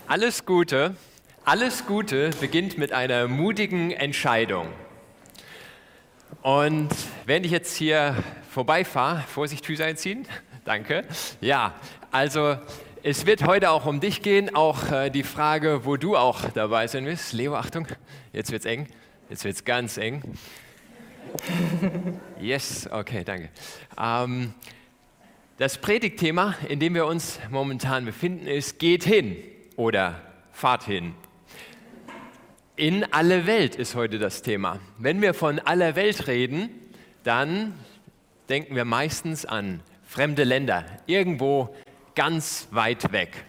Alles Gute beginnt mit einer mutigen Entscheidung. Und wenn ich jetzt hier vorbeifahre, Vorsicht, Füße einziehen, danke. Ja, also es wird heute auch um dich gehen, auch die Frage, wo du auch dabei sein wirst. Leo, Achtung, jetzt wird's eng, jetzt wird's ganz eng. Yes, okay, danke. Das Predigtthema, in dem wir uns momentan befinden, ist geht hin oder fahrt hin. In alle Welt ist heute das Thema. Wenn wir von aller Welt reden, dann denken wir meistens an fremde Länder, irgendwo ganz weit weg.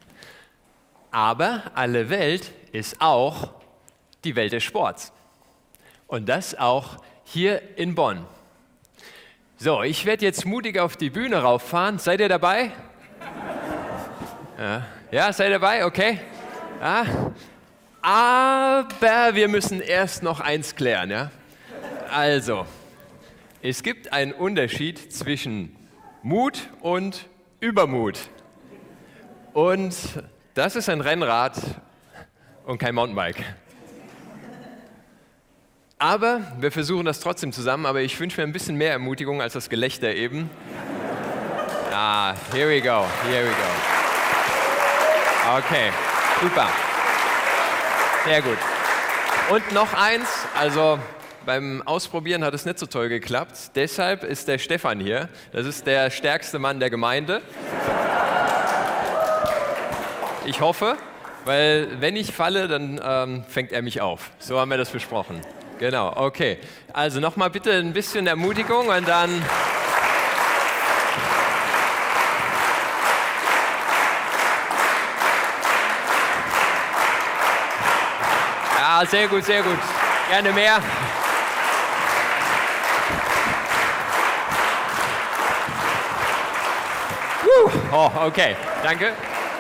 Aber alle Welt ist auch die Welt des Sports. Und das auch hier in Bonn. So, ich werde jetzt mutig auf die Bühne rauffahren. Seid ihr dabei? Ja, seid ihr dabei? Okay. Ja. Aber wir müssen erst noch eins klären. Ja? Also, es gibt einen Unterschied zwischen Mut und Übermut. Und das ist ein Rennrad und kein Mountainbike. Aber wir versuchen das trotzdem zusammen, aber ich wünsche mir ein bisschen mehr Ermutigung als das Gelächter eben. Here we go. Okay, super. Sehr gut. Und noch eins, also beim Ausprobieren hat es nicht so toll geklappt, deshalb ist der Stefan hier. Das ist der stärkste Mann der Gemeinde. Ich hoffe, weil wenn ich falle, dann fängt er mich auf. So haben wir das besprochen. Genau, okay. Also nochmal bitte ein bisschen Ermutigung und dann... Ja, sehr gut. Gerne mehr. Oh, okay, danke.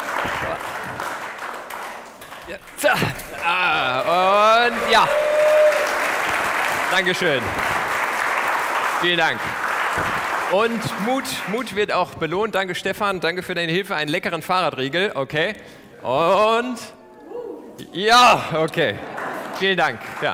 Und ja. Dankeschön. Vielen Dank. Und Mut wird auch belohnt. Danke, Stefan. Danke für deine Hilfe. Einen leckeren Fahrradriegel. Okay. Und ja, okay. Vielen Dank. Ja.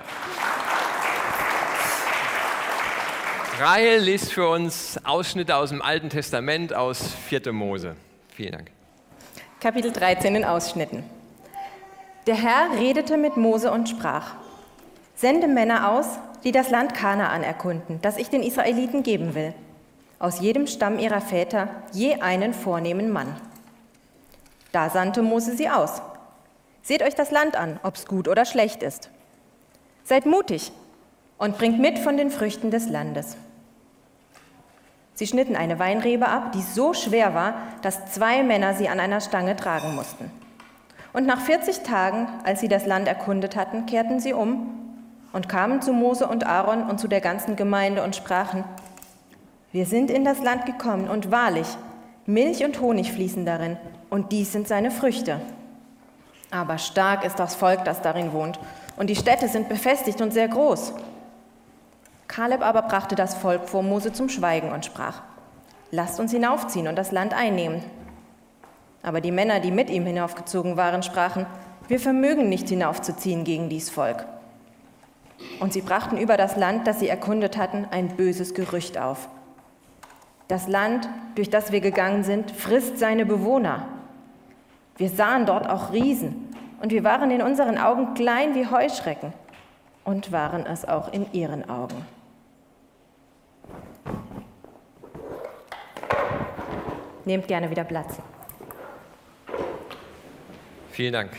Rahel liest für uns Ausschnitte aus dem Alten Testament, aus 4. Mose. Vielen Dank. Kapitel 13 in Ausschnitten. Der Herr redete mit Mose und sprach: Sende Männer aus, die das Land Kanaan erkunden, das ich den Israeliten geben will. Aus jedem Stamm ihrer Väter je einen vornehmen Mann. Da sandte Mose sie aus. Seht euch das Land an, ob's gut oder schlecht ist. Seid mutig und bringt mit von den Früchten des Landes. Sie schnitten eine Weinrebe ab, die so schwer war, dass 2 Männer sie an einer Stange tragen mussten. Und nach 40 Tagen, als sie das Land erkundet hatten, kehrten sie um und kamen zu Mose und Aaron und zu der ganzen Gemeinde und sprachen: Wir sind in das Land gekommen und wahrlich, Milch und Honig fließen darin und dies sind seine Früchte. Aber stark ist das Volk, das darin wohnt, und die Städte sind befestigt und sehr groß. Kaleb aber brachte das Volk vor Mose zum Schweigen und sprach: Lasst uns hinaufziehen und das Land einnehmen. Aber die Männer, die mit ihm hinaufgezogen waren, sprachen: Wir vermögen nicht hinaufzuziehen gegen dies Volk. Und sie brachten über das Land, das sie erkundet hatten, ein böses Gerücht auf. Das Land, durch das wir gegangen sind, frisst seine Bewohner. Wir sahen dort auch Riesen, und wir waren in unseren Augen klein wie Heuschrecken und waren es auch in ihren Augen. Nehmt gerne wieder Platz. Vielen Dank.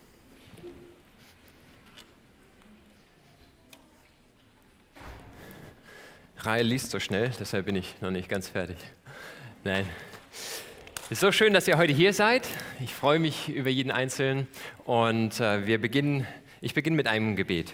Rahel liest so schnell, deshalb bin ich noch nicht ganz fertig. Nein. Es ist so schön, dass ihr heute hier seid. Ich freue mich über jeden Einzelnen und ich beginne mit einem Gebet.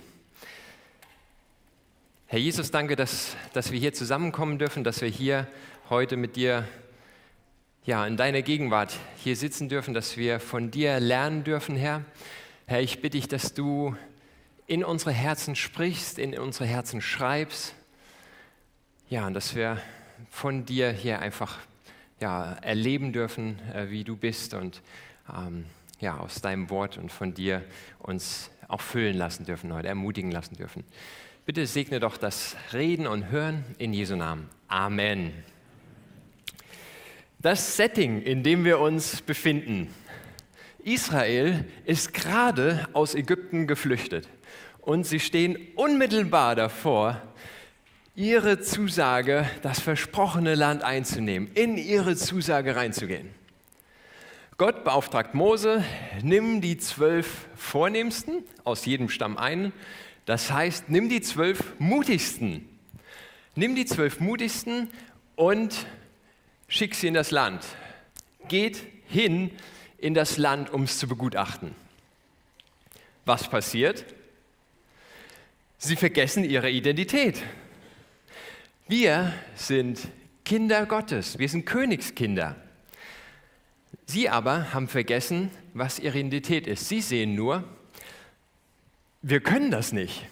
Herr Jesus, danke, dass wir hier zusammenkommen dürfen, dass wir hier heute mit dir in deiner Gegenwart hier sitzen dürfen, dass wir von dir lernen dürfen, Herr. Herr, ich bitte dich, dass du in unsere Herzen sprichst, in unsere Herzen schreibst. Ja, und dass wir von dir hier einfach erleben dürfen, wie du bist und aus deinem Wort und von dir uns auch füllen lassen dürfen heute, ermutigen lassen dürfen. Bitte segne doch das Reden und Hören in Jesu Namen. Amen. Das Setting, in dem wir uns befinden. Israel ist gerade aus Ägypten geflüchtet und sie stehen unmittelbar davor, ihre Zusage, das versprochene Land einzunehmen, in ihre Zusage reinzugehen. Gott beauftragt Mose, nimm die 12 Vornehmsten, aus jedem Stamm einen, das heißt, nimm die 12 Mutigsten. Nimm die 12 Mutigsten und schick sie in das Land. Geht hin in das Land, um es zu begutachten. Was passiert? Sie vergessen ihre Identität. Wir sind Kinder Gottes, wir sind Königskinder. Sie aber haben vergessen, was ihre Identität ist. Sie sehen nur, wir können das nicht.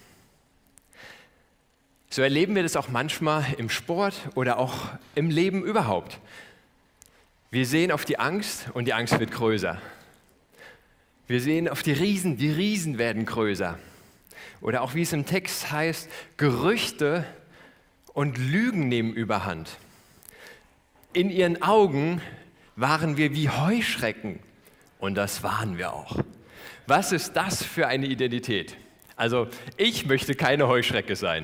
So erleben wir das auch manchmal im Sport oder auch im Leben überhaupt. Wir sehen auf die Angst und die Angst wird größer. Wir sehen auf die Riesen werden größer. Oder auch wie es im Text heißt, Gerüchte und Lügen nehmen überhand. In ihren Augen waren wir wie Heuschrecken und das waren wir auch. Was ist das für eine Identität? Also ich möchte keine Heuschrecke sein.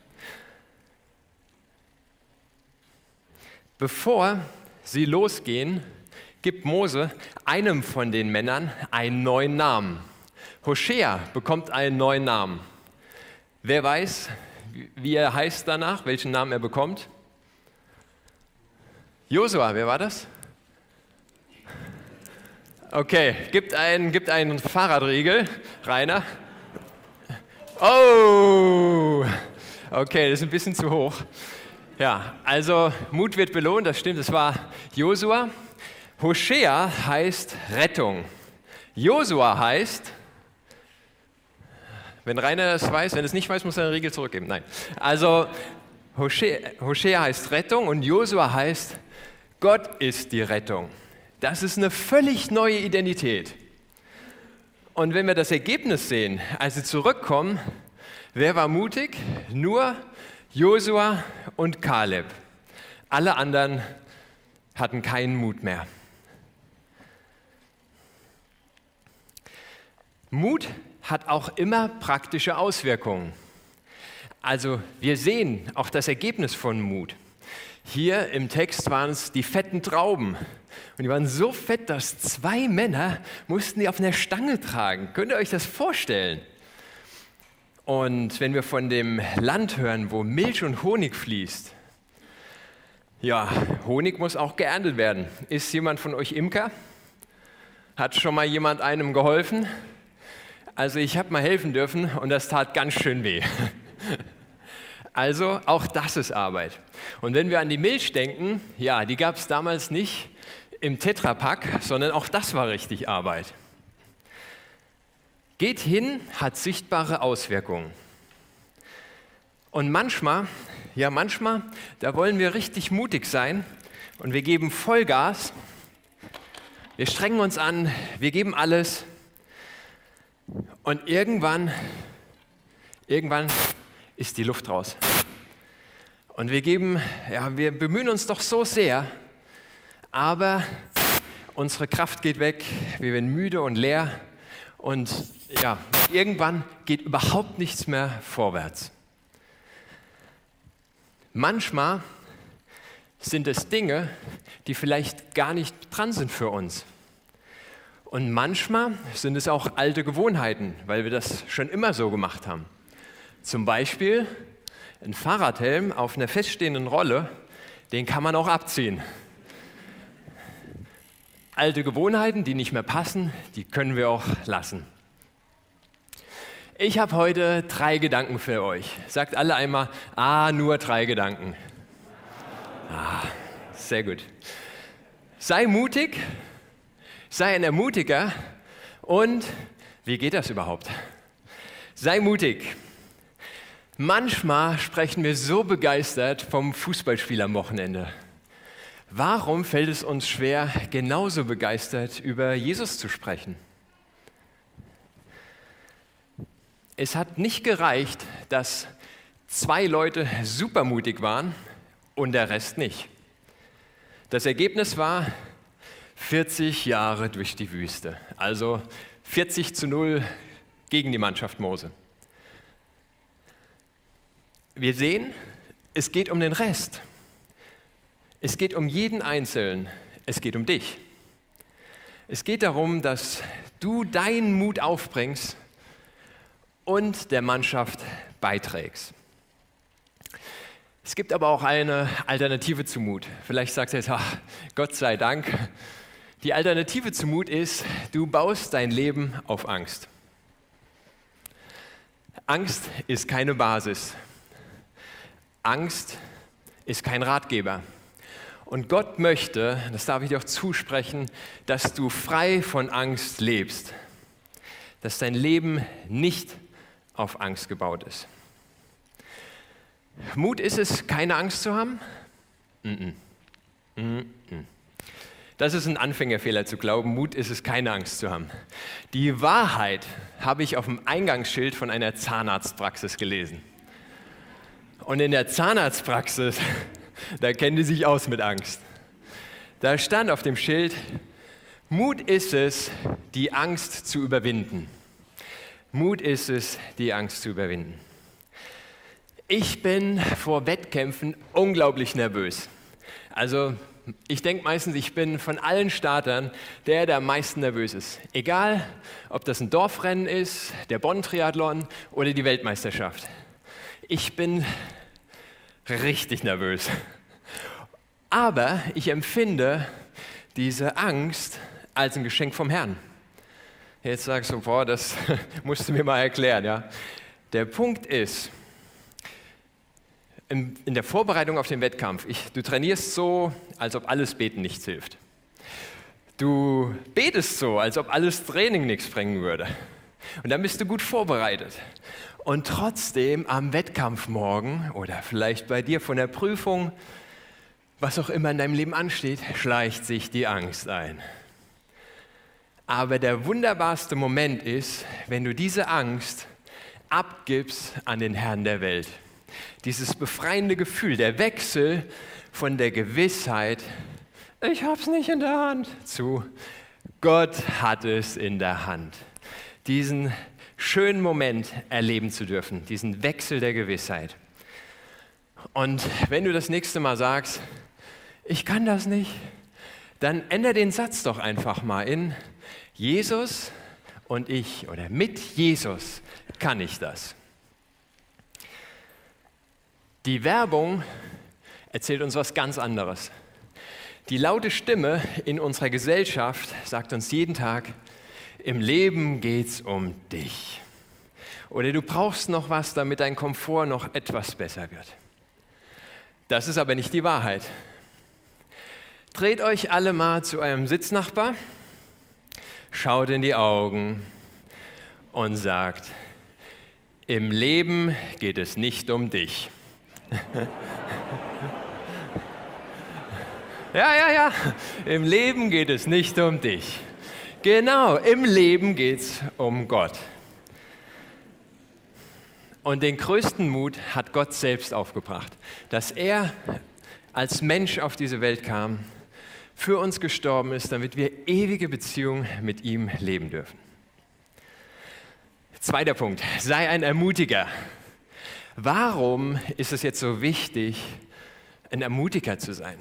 Bevor sie losgehen, gibt Mose einem von den Männern einen neuen Namen. Hoschea bekommt einen neuen Namen. Wer weiß, wie er heißt danach, welchen Namen er bekommt? Josua, wer war das? Okay, gibt einen Fahrradriegel, Rainer. Oh, okay, das ist ein bisschen zu hoch. Ja, also Mut wird belohnt, das stimmt, das war Josua. Hoschea heißt Rettung. Josua heißt, wenn Rainer das weiß, wenn es nicht weiß, muss er den Riegel zurückgeben. Nein, also Hoschea heißt Rettung und Josua heißt, Gott ist die Rettung. Das ist eine völlig neue Identität. Und wenn wir das Ergebnis sehen, als sie zurückkommen, wer war mutig? Nur Josua und Kaleb. Alle anderen hatten keinen Mut mehr. Mut hat auch immer praktische Auswirkungen. Also wir sehen auch das Ergebnis von Mut. Hier im Text waren es die fetten Trauben. Und die waren so fett, dass 2 Männer mussten die auf einer Stange tragen. Könnt ihr euch das vorstellen? Und wenn wir von dem Land hören, wo Milch und Honig fließt, ja, Honig muss auch geerntet werden. Ist jemand von euch Imker? Hat schon mal jemand einem geholfen? Also ich habe mal helfen dürfen und das tat ganz schön weh. Also auch das ist Arbeit. Und wenn wir an die Milch denken, ja, die gab es damals nicht im Tetrapack, sondern auch das war richtig Arbeit. Geht hin, hat sichtbare Auswirkungen. Und manchmal, da wollen wir richtig mutig sein und wir geben Vollgas, wir strengen uns an, wir geben alles und irgendwann ist die Luft raus. Und wir bemühen uns doch so sehr, aber unsere Kraft geht weg, wir werden müde und leer und ja, irgendwann geht überhaupt nichts mehr vorwärts. Manchmal sind es Dinge, die vielleicht gar nicht dran sind für uns. Und manchmal sind es auch alte Gewohnheiten, weil wir das schon immer so gemacht haben. Zum Beispiel ein Fahrradhelm auf einer feststehenden Rolle, den kann man auch abziehen. Alte Gewohnheiten, die nicht mehr passen, die können wir auch lassen. Ich habe heute 3 Gedanken für euch. Sagt alle einmal, nur 3 Gedanken. Sehr gut. Sei mutig, sei ein Ermutiger und wie geht das überhaupt? Sei mutig. Manchmal sprechen wir so begeistert vom Fußballspiel am Wochenende. Warum fällt es uns schwer, genauso begeistert über Jesus zu sprechen? Es hat nicht gereicht, dass 2 Leute supermutig waren und der Rest nicht. Das Ergebnis war 40 Jahre durch die Wüste, also 40-0 gegen die Mannschaft Mose. Wir sehen, es geht um den Rest. Es geht um jeden Einzelnen. Es geht um dich. Es geht darum, dass du deinen Mut aufbringst und der Mannschaft beiträgst. Es gibt aber auch eine Alternative zu Mut. Vielleicht sagst du jetzt, ach, Gott sei Dank. Die Alternative zu Mut ist, du baust dein Leben auf Angst. Angst ist keine Basis. Angst ist kein Ratgeber. Und Gott möchte, das darf ich dir auch zusprechen, dass du frei von Angst lebst. Dass dein Leben nicht auf Angst gebaut ist. Mut ist es, keine Angst zu haben? Das ist ein Anfängerfehler zu glauben, Mut ist es, keine Angst zu haben. Die Wahrheit habe ich auf dem Eingangsschild von einer Zahnarztpraxis gelesen. Und in der Zahnarztpraxis, da kennen die sich aus mit Angst. Da stand auf dem Schild, Mut ist es, die Angst zu überwinden. Mut ist es, die Angst zu überwinden. Ich bin vor Wettkämpfen unglaublich nervös. Also ich denke meistens, ich bin von allen Startern der am meisten nervös ist. Egal, ob das ein Dorfrennen ist, der Bonn-Triathlon oder die Weltmeisterschaft. Ich bin richtig nervös. Aber ich empfinde diese Angst als ein Geschenk vom Herrn. Jetzt sagst du, boah, das musst du mir mal erklären. Ja? Der Punkt ist, in der Vorbereitung auf den Wettkampf, du trainierst so, als ob alles Beten nichts hilft. Du betest so, als ob alles Training nichts bringen würde. Und dann bist du gut vorbereitet. Und trotzdem am Wettkampfmorgen oder vielleicht bei dir von der Prüfung, was auch immer in deinem Leben ansteht, schleicht sich die Angst ein. Aber der wunderbarste Moment ist, wenn du diese Angst abgibst an den Herrn der Welt. Dieses befreiende Gefühl, der Wechsel von der Gewissheit, ich hab's nicht in der Hand, zu Gott hat es in der Hand. Diesen schönen Moment erleben zu dürfen, diesen Wechsel der Gewissheit. Und wenn du das nächste Mal sagst, ich kann das nicht, dann ändere den Satz doch einfach mal in Jesus und ich oder mit Jesus kann ich das. Die Werbung erzählt uns was ganz anderes. Die laute Stimme in unserer Gesellschaft sagt uns jeden Tag, im Leben geht's um dich. Oder du brauchst noch was, damit dein Komfort noch etwas besser wird. Das ist aber nicht die Wahrheit. Dreht euch alle mal zu eurem Sitznachbar, schaut in die Augen und sagt, im Leben geht es nicht um dich. Ja, im Leben geht es nicht um dich. Genau, im Leben geht es um Gott. Und den größten Mut hat Gott selbst aufgebracht, dass er als Mensch auf diese Welt kam, für uns gestorben ist, damit wir ewige Beziehung mit ihm leben dürfen. Zweiter Punkt, sei ein Ermutiger. Warum ist es jetzt so wichtig, ein Ermutiger zu sein?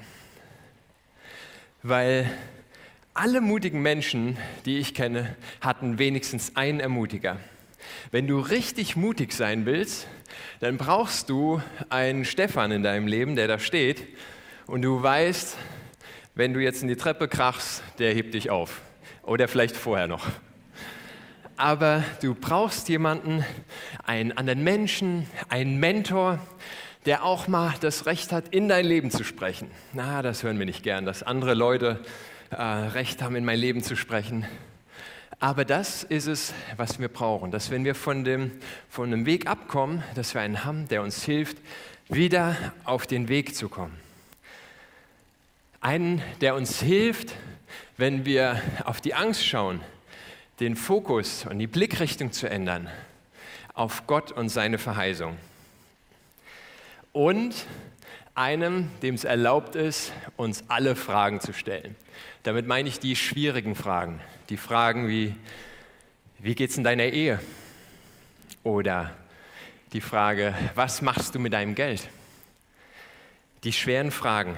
Weil alle mutigen Menschen, die ich kenne, hatten wenigstens einen Ermutiger. Wenn du richtig mutig sein willst, dann brauchst du einen Stefan in deinem Leben, der da steht und du weißt, wenn du jetzt in die Treppe krachst, der hebt dich auf. Oder vielleicht vorher noch. Aber du brauchst jemanden, einen anderen Menschen, einen Mentor, der auch mal das Recht hat, in dein Leben zu sprechen. Na, das hören wir nicht gern, dass andere Leute Recht haben, in mein Leben zu sprechen. Aber das ist es, was wir brauchen, dass wenn wir von dem Weg abkommen, dass wir einen haben, der uns hilft, wieder auf den Weg zu kommen. Einen, der uns hilft, wenn wir auf die Angst schauen, den Fokus und die Blickrichtung zu ändern, auf Gott und seine Verheißung. Und einem, dem es erlaubt ist, uns alle Fragen zu stellen. Damit meine ich die schwierigen Fragen. Die Fragen wie geht's in deiner Ehe? Oder die Frage, was machst du mit deinem Geld? Die schweren Fragen.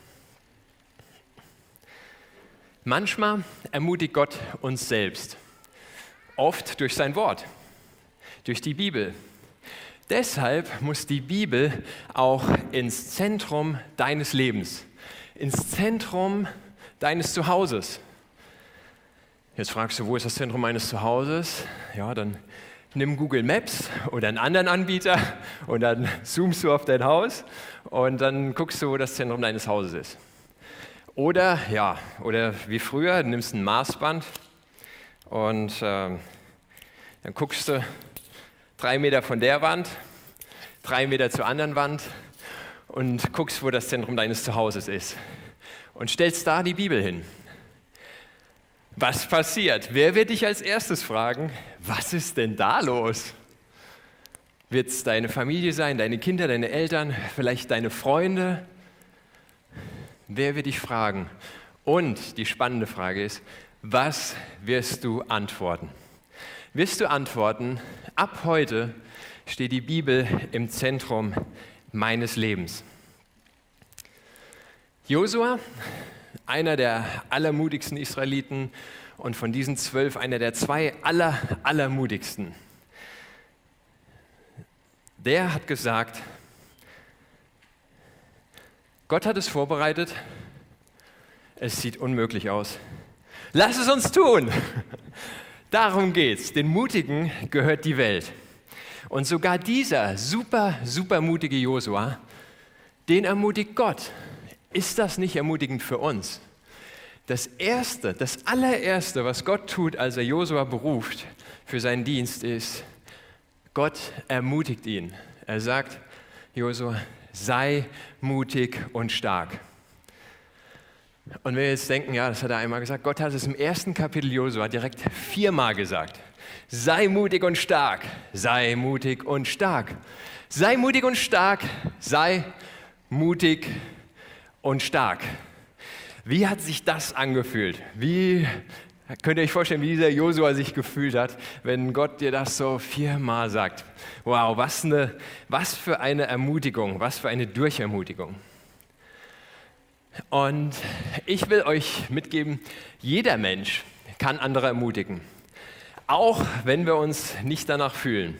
Manchmal ermutigt Gott uns selbst, oft durch sein Wort, durch die Bibel. Deshalb muss die Bibel auch ins Zentrum deines Lebens, ins Zentrum deines Zuhauses. Jetzt fragst du, wo ist das Zentrum meines Zuhauses? Ja, dann nimm Google Maps oder einen anderen Anbieter und dann zoomst du auf dein Haus und dann guckst du, wo das Zentrum deines Hauses ist. Oder wie früher, du nimmst ein Maßband und dann guckst du 3 Meter von der Wand, 3 Meter zur anderen Wand und guckst, wo das Zentrum deines Zuhauses ist. Und stellst da die Bibel hin. Was passiert? Wer wird dich als erstes fragen, was ist denn da los? Wird es deine Familie sein, deine Kinder, deine Eltern, vielleicht deine Freunde? Wer wird dich fragen? Und die spannende Frage ist, was wirst du antworten? Wirst du antworten, ab heute steht die Bibel im Zentrum meines Lebens. Josua, einer der allermutigsten Israeliten und von diesen 12 einer der 2 allermutigsten. Der hat gesagt, Gott hat es vorbereitet, es sieht unmöglich aus. Lass es uns tun! Darum geht's. Den Mutigen gehört die Welt. Und sogar dieser super mutige Josua, den ermutigt Gott. Ist das nicht ermutigend für uns? Das allererste, was Gott tut, als er Josua beruft für seinen Dienst, ist, Gott ermutigt ihn. Er sagt, Josua, sei mutig und stark. Und wenn wir jetzt denken, ja, das hat er einmal gesagt, Gott hat es im 1. Kapitel Josua direkt 4-mal gesagt. Sei mutig und stark, sei mutig und stark, sei mutig und stark, sei mutig und stark. Wie hat sich das angefühlt? Könnt ihr euch vorstellen, wie dieser Josua sich gefühlt hat, wenn Gott dir das so 4-mal sagt? Wow, was für eine Ermutigung, was für eine Durchermutigung. Und ich will euch mitgeben, jeder Mensch kann andere ermutigen, auch wenn wir uns nicht danach fühlen.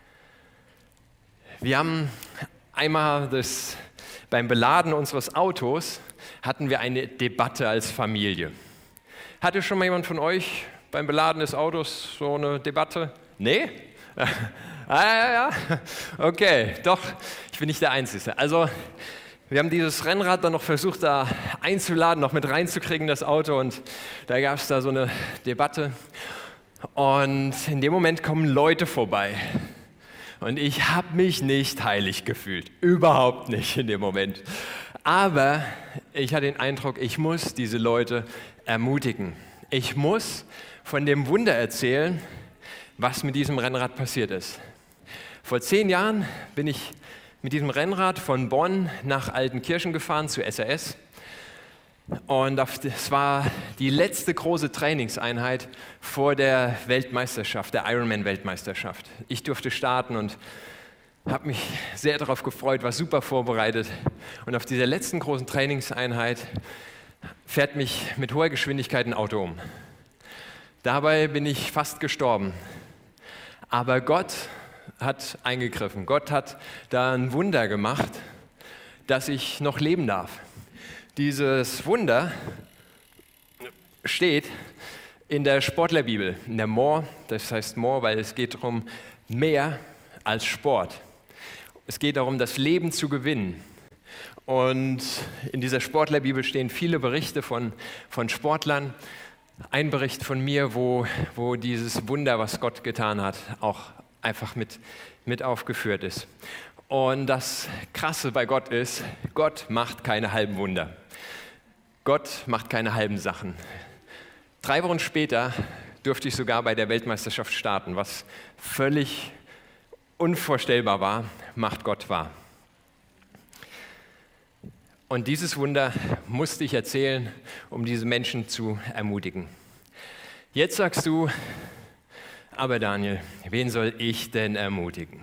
Wir haben einmal beim Beladen unseres Autos hatten wir eine Debatte als Familie. Hatte schon mal jemand von euch beim Beladen des Autos so eine Debatte? Nee? Ja. Okay, doch, ich bin nicht der Einzige. Also, wir haben dieses Rennrad dann noch versucht, da einzuladen, noch mit reinzukriegen, das Auto. Und da gab es da so eine Debatte. Und in dem Moment kommen Leute vorbei. Und ich habe mich nicht heilig gefühlt. Überhaupt nicht in dem Moment. Aber ich hatte den Eindruck, ich muss diese Leute ermutigen. Ich muss von dem Wunder erzählen, was mit diesem Rennrad passiert ist. Vor 10 Jahren bin ich mit diesem Rennrad von Bonn nach Altenkirchen gefahren zu SRS. Und das war die letzte große Trainingseinheit vor der Weltmeisterschaft, der Ironman-Weltmeisterschaft. Ich durfte starten und habe mich sehr darauf gefreut, war super vorbereitet. Und auf dieser letzten großen Trainingseinheit fährt mich mit hoher Geschwindigkeit ein Auto um. Dabei bin ich fast gestorben. Aber Gott hat eingegriffen. Gott hat da ein Wunder gemacht, dass ich noch leben darf. Dieses Wunder steht in der Sportlerbibel, in der More. Das heißt More, weil es geht darum, mehr als Sport. Es geht darum, das Leben zu gewinnen. Und in dieser Sportlerbibel stehen viele Berichte von Sportlern. Ein Bericht von mir, wo dieses Wunder, was Gott getan hat, auch einfach mit aufgeführt ist. Und das Krasse bei Gott ist, Gott macht keine halben Wunder. Gott macht keine halben Sachen. 3 Wochen später durfte ich sogar bei der Weltmeisterschaft starten, was völlig unvorstellbar war, macht Gott wahr. Und dieses Wunder musste ich erzählen, um diese Menschen zu ermutigen. Jetzt sagst du, aber Daniel, wen soll ich denn ermutigen?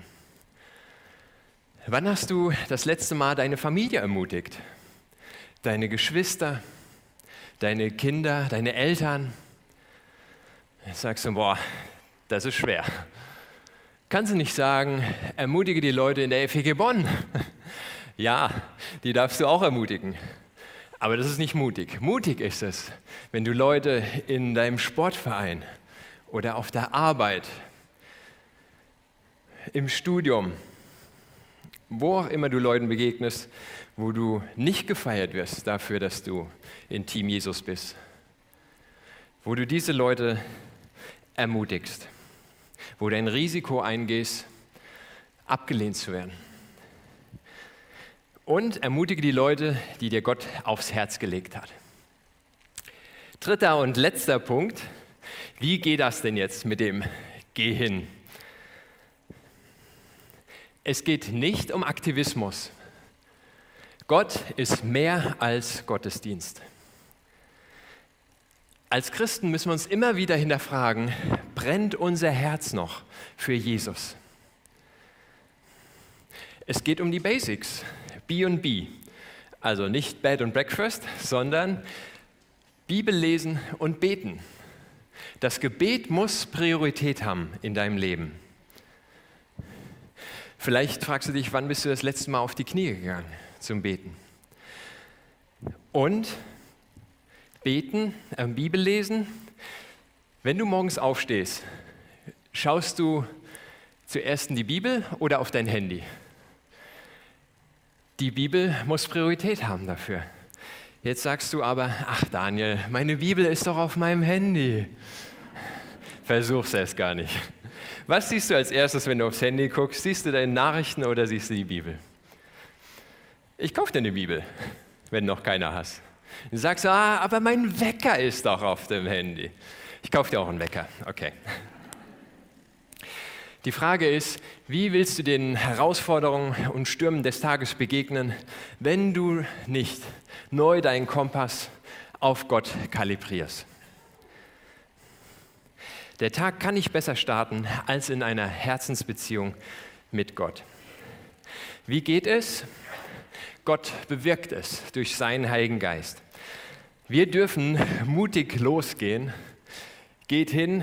Wann hast du das letzte Mal deine Familie ermutigt? Deine Geschwister, deine Kinder, deine Eltern? Jetzt sagst du, boah, das ist schwer. Kannst du nicht sagen, ermutige die Leute in der FEG Bonn? Ja, die darfst du auch ermutigen. Aber das ist nicht mutig. Mutig ist es, wenn du Leute in deinem Sportverein oder auf der Arbeit, im Studium, wo auch immer du Leuten begegnest, wo du nicht gefeiert wirst dafür, dass du in Team Jesus bist. Wo du diese Leute ermutigst, wo du ein Risiko eingehst, abgelehnt zu werden. Und ermutige die Leute, die dir Gott aufs Herz gelegt hat. Dritter und letzter Punkt, wie geht das denn jetzt mit dem Geh hin? Es geht nicht um Aktivismus. Gott ist mehr als Gottesdienst. Als Christen müssen wir uns immer wieder hinterfragen, brennt unser Herz noch für Jesus? Es geht um die Basics, B&B, also nicht Bed and Breakfast, sondern Bibel lesen und beten. Das Gebet muss Priorität haben in deinem Leben. Vielleicht fragst du dich, wann bist du das letzte Mal auf die Knie gegangen zum Beten? Und beten, Bibel lesen. Wenn du morgens aufstehst, schaust du zuerst in die Bibel oder auf dein Handy? Die Bibel muss Priorität haben dafür. Jetzt sagst du aber, ach Daniel, meine Bibel ist doch auf meinem Handy. Versuch's erst gar nicht. Was siehst du als erstes, wenn du aufs Handy guckst? Siehst du deine Nachrichten oder siehst du die Bibel? Ich kaufe dir eine Bibel, wenn noch keiner hast. Du sagst, aber mein Wecker ist doch auf dem Handy. Ich kaufe dir auch einen Wecker, okay. Die Frage ist, wie willst du den Herausforderungen und Stürmen des Tages begegnen, wenn du nicht neu deinen Kompass auf Gott kalibrierst? Der Tag kann nicht besser starten als in einer Herzensbeziehung mit Gott. Wie geht es? Gott bewirkt es durch seinen Heiligen Geist. Wir dürfen mutig losgehen. Geht hin.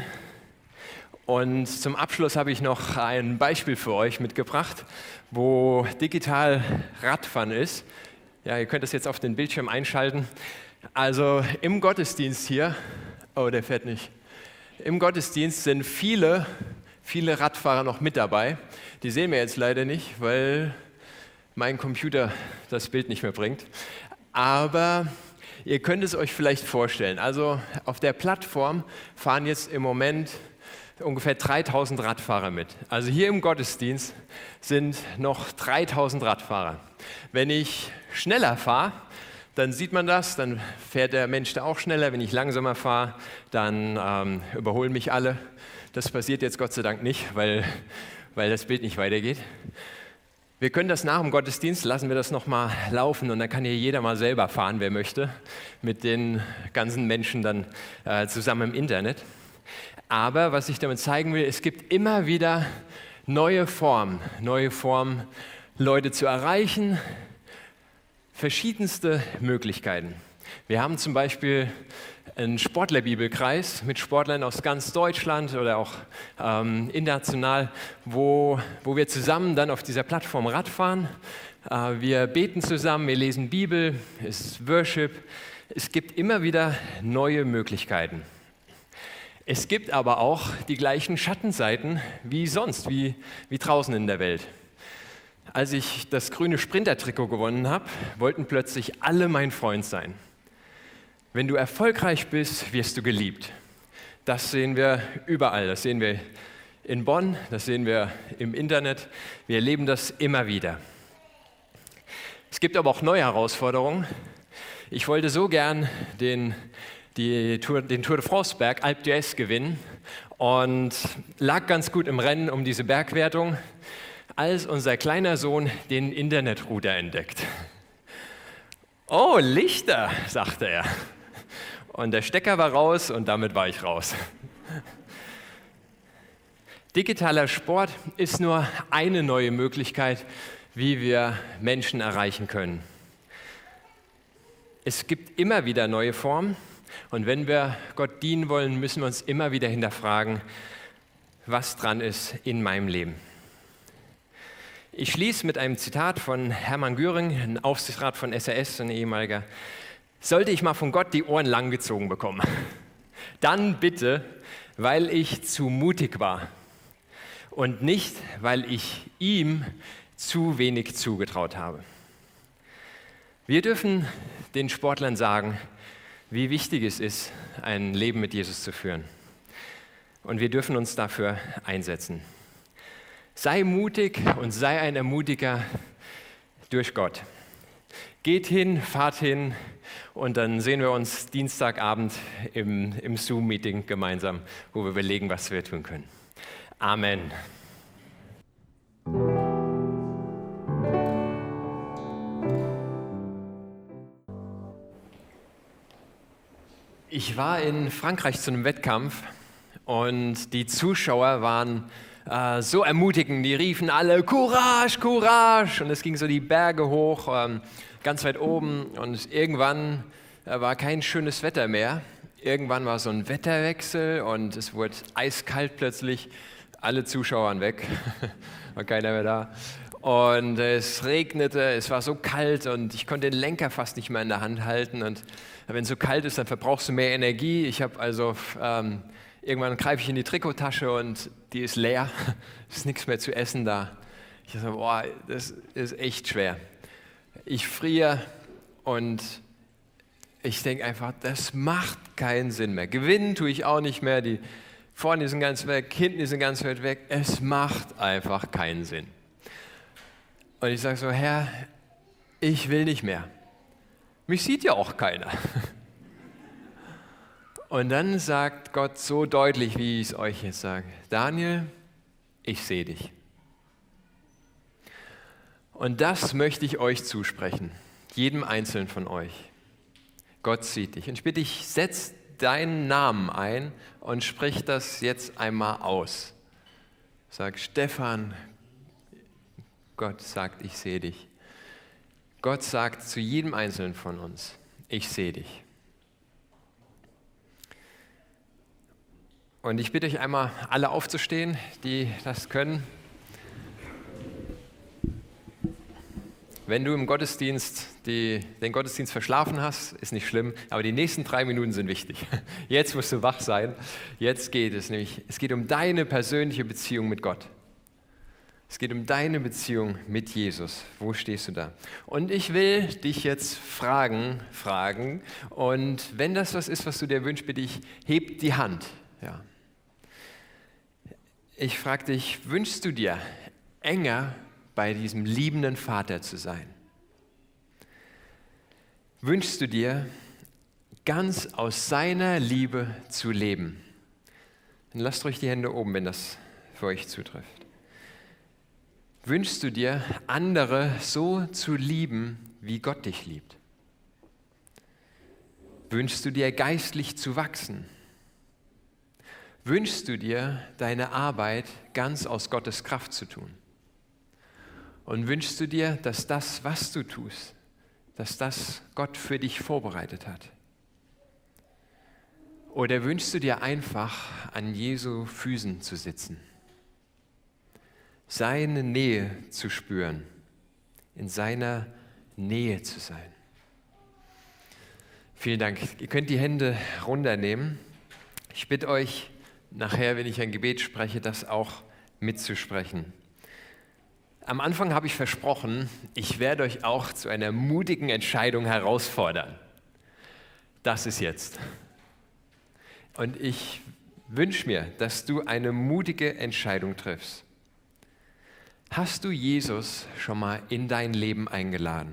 Und zum Abschluss habe ich noch ein Beispiel für euch mitgebracht, wo digital Radfahren ist. Ja, ihr könnt das jetzt auf den Bildschirm einschalten. Also im Gottesdienst hier, oh, der fährt nicht. Im Gottesdienst sind viele Radfahrer noch mit dabei. Die sehen wir jetzt leider nicht, weil mein Computer das Bild nicht mehr bringt. Aber ihr könnt es euch vielleicht vorstellen. Also auf der Plattform fahren jetzt im Moment ungefähr 3000 Radfahrer mit. Also hier im Gottesdienst sind noch 3000 Radfahrer. Wenn ich schneller fahre, dann sieht man das, dann fährt der Mensch da auch schneller. Wenn ich langsamer fahre, dann überholen mich alle. Das passiert jetzt Gott sei Dank nicht, weil das Bild nicht weitergeht. Wir können das nach dem Gottesdienst, lassen wir das nochmal laufen und dann kann hier jeder mal selber fahren, wer möchte, mit den ganzen Menschen dann zusammen im Internet. Aber was ich damit zeigen will, es gibt immer wieder neue Formen, Leute zu erreichen, verschiedenste Möglichkeiten. Wir haben zum Beispiel einen Sportlerbibelkreis mit Sportlern aus ganz Deutschland oder auch international, wo wir zusammen dann auf dieser Plattform Rad fahren. Wir beten zusammen, wir lesen Bibel, es ist Worship. Es gibt immer wieder neue Möglichkeiten. Es gibt aber auch die gleichen Schattenseiten wie sonst, wie draußen in der Welt. Als ich das grüne Sprinter-Trikot gewonnen habe, wollten plötzlich alle mein Freund sein. Wenn du erfolgreich bist, wirst du geliebt. Das sehen wir überall. Das sehen wir in Bonn, das sehen wir im Internet. Wir erleben das immer wieder. Es gibt aber auch neue Herausforderungen. Ich wollte so gern den Tour de France Berg Alpe d'Huez gewinnen und lag ganz gut im Rennen um diese Bergwertung, als unser kleiner Sohn den Internetrouter entdeckt. Oh, Lichter, sagte er. Und der Stecker war raus und damit war ich raus. Digitaler Sport ist nur eine neue Möglichkeit, wie wir Menschen erreichen können. Es gibt immer wieder neue Formen und wenn wir Gott dienen wollen, müssen wir uns immer wieder hinterfragen, was dran ist in meinem Leben. Ich schließe mit einem Zitat von Hermann Göring, ein Aufsichtsrat von SRS, ein ehemaliger. Sollte ich mal von Gott die Ohren langgezogen bekommen, dann bitte, weil ich zu mutig war und nicht, weil ich ihm zu wenig zugetraut habe. Wir dürfen den Sportlern sagen, wie wichtig es ist, ein Leben mit Jesus zu führen. Und wir dürfen uns dafür einsetzen. Sei mutig und sei ein Ermutiger durch Gott. Geht hin, fahrt hin und dann sehen wir uns Dienstagabend im Zoom-Meeting gemeinsam, wo wir überlegen, was wir tun können. Amen. Ich war in Frankreich zu einem Wettkampf und die Zuschauer waren so ermutigend, die riefen alle Courage, Courage und es ging so die Berge hoch, ganz weit oben und irgendwann war kein schönes Wetter mehr. Irgendwann war so ein Wetterwechsel und es wurde eiskalt plötzlich, alle Zuschauer waren weg, war keiner mehr da. Und es regnete, es war so kalt und ich konnte den Lenker fast nicht mehr in der Hand halten und wenn es so kalt ist, dann verbrauchst du mehr Energie. Ich habe also irgendwann greife ich in die Trikottasche und die ist leer, es ist nichts mehr zu essen da. Ich dachte, boah, das ist echt schwer. Ich friere und ich denke einfach, das macht keinen Sinn mehr. Gewinnen tue ich auch nicht mehr, die vorne sind ganz weg, hinten sind ganz weit weg. Es macht einfach keinen Sinn. Und ich sage so, Herr, ich will nicht mehr. Mich sieht ja auch keiner. Und dann sagt Gott so deutlich, wie ich es euch jetzt sage, Daniel, ich sehe dich. Und das möchte ich euch zusprechen, jedem Einzelnen von euch. Gott sieht dich. Und ich bitte dich, setz deinen Namen ein und sprich das jetzt einmal aus. Sag, Stefan, Gott sagt, ich sehe dich. Gott sagt zu jedem Einzelnen von uns, ich sehe dich. Und ich bitte euch einmal, alle aufzustehen, die das können. Wenn du im Gottesdienst den Gottesdienst verschlafen hast, ist nicht schlimm, aber die nächsten 3 Minuten sind wichtig. Jetzt musst du wach sein. Jetzt geht es nämlich, es geht um deine persönliche Beziehung mit Gott. Es geht um deine Beziehung mit Jesus. Wo stehst du da? Und ich will dich jetzt fragen. Und wenn das was ist, was du dir wünschst, bitte ich, heb die Hand. Ja. Ich frage dich, wünschst du dir enger bei diesem liebenden Vater zu sein? Wünschst du dir, ganz aus seiner Liebe zu leben? Dann lasst ruhig die Hände oben, wenn das für euch zutrifft. Wünschst du dir, andere so zu lieben, wie Gott dich liebt? Wünschst du dir, geistlich zu wachsen? Wünschst du dir, deine Arbeit ganz aus Gottes Kraft zu tun? Und wünschst du dir, dass das, was du tust, dass das Gott für dich vorbereitet hat? Oder wünschst du dir einfach, an Jesu Füßen zu sitzen, seine Nähe zu spüren, in seiner Nähe zu sein? Vielen Dank. Ihr könnt die Hände runternehmen. Ich bitte euch, nachher, wenn ich ein Gebet spreche, das auch mitzusprechen. Am Anfang habe ich versprochen, ich werde euch auch zu einer mutigen Entscheidung herausfordern. Das ist jetzt. Und ich wünsche mir, dass du eine mutige Entscheidung triffst. Hast du Jesus schon mal in dein Leben eingeladen?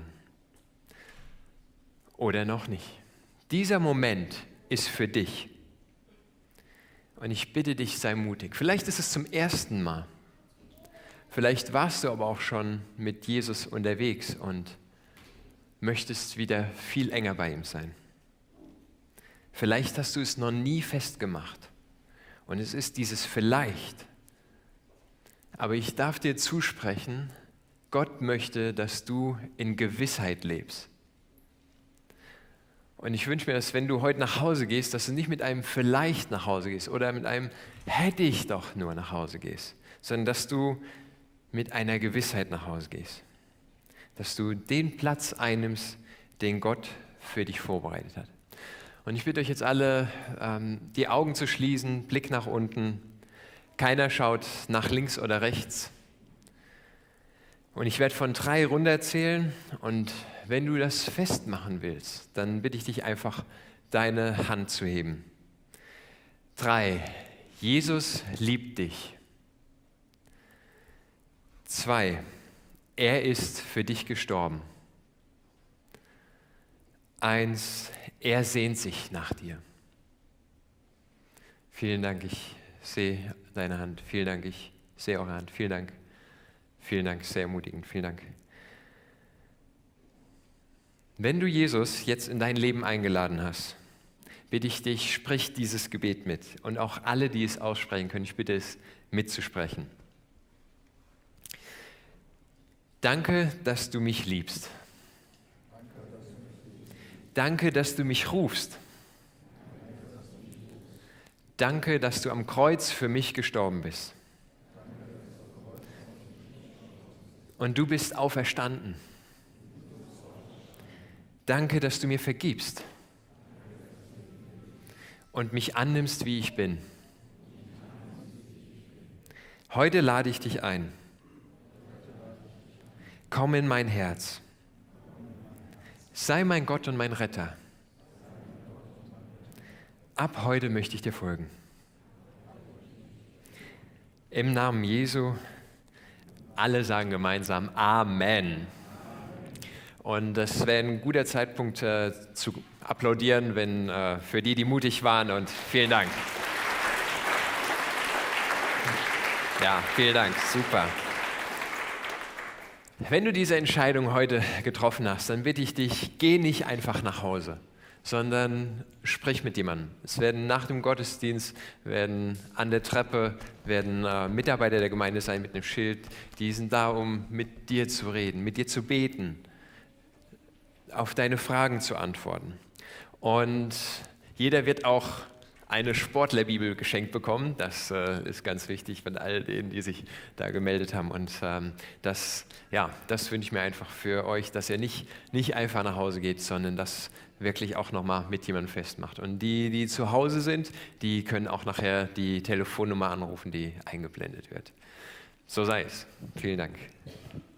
Oder noch nicht? Dieser Moment ist für dich. Und ich bitte dich, sei mutig. Vielleicht ist es zum ersten Mal. Vielleicht warst du aber auch schon mit Jesus unterwegs und möchtest wieder viel enger bei ihm sein. Vielleicht hast du es noch nie festgemacht. Und es ist dieses vielleicht. Aber ich darf dir zusprechen, Gott möchte, dass du in Gewissheit lebst. Und ich wünsche mir, dass wenn du heute nach Hause gehst, dass du nicht mit einem vielleicht nach Hause gehst oder mit einem hätte ich doch nur nach Hause gehst, sondern dass du mit einer Gewissheit nach Hause gehst. Dass du den Platz einnimmst, den Gott für dich vorbereitet hat. Und ich bitte euch jetzt alle, die Augen zu schließen, Blick nach unten. Keiner schaut nach links oder rechts. Und ich werde von 3 runterzählen und wenn du das festmachen willst, dann bitte ich dich einfach, deine Hand zu heben. 3. Jesus liebt dich. 2. Er ist für dich gestorben. 1. Er sehnt sich nach dir. Vielen Dank, ich sehe deine Hand. Vielen Dank, ich sehe eure Hand. Vielen Dank. Vielen Dank, sehr ermutigend. Vielen Dank. Wenn du Jesus jetzt in dein Leben eingeladen hast, bitte ich dich, sprich dieses Gebet mit. Und auch alle, die es aussprechen können, ich bitte es mitzusprechen. Danke, dass du mich liebst. Danke, dass du mich rufst. Danke, dass du am Kreuz für mich gestorben bist. Und du bist auferstanden. Danke, dass du mir vergibst und mich annimmst, wie ich bin. Heute lade ich dich ein. Komm in mein Herz. Sei mein Gott und mein Retter. Ab heute möchte ich dir folgen. Im Namen Jesu, alle sagen gemeinsam Amen. Und das wäre ein guter Zeitpunkt zu applaudieren, wenn für die mutig waren. Und vielen Dank. Ja, vielen Dank, super. Wenn du diese Entscheidung heute getroffen hast, dann bitte ich dich, geh nicht einfach nach Hause, sondern sprich mit jemandem. Es werden nach dem Gottesdienst, werden an der Treppe, werden Mitarbeiter der Gemeinde sein mit einem Schild, die sind da, um mit dir zu reden, mit dir zu beten, auf deine Fragen zu antworten. Und jeder wird auch eine Sportlerbibel geschenkt bekommen. Das ist ganz wichtig von all denen, die sich da gemeldet haben. Und das wünsche ich mir einfach für euch, dass ihr nicht einfach nach Hause geht, sondern das wirklich auch nochmal mit jemandem festmacht. Und die zu Hause sind, die können auch nachher die Telefonnummer anrufen, die eingeblendet wird. So sei es. Vielen Dank.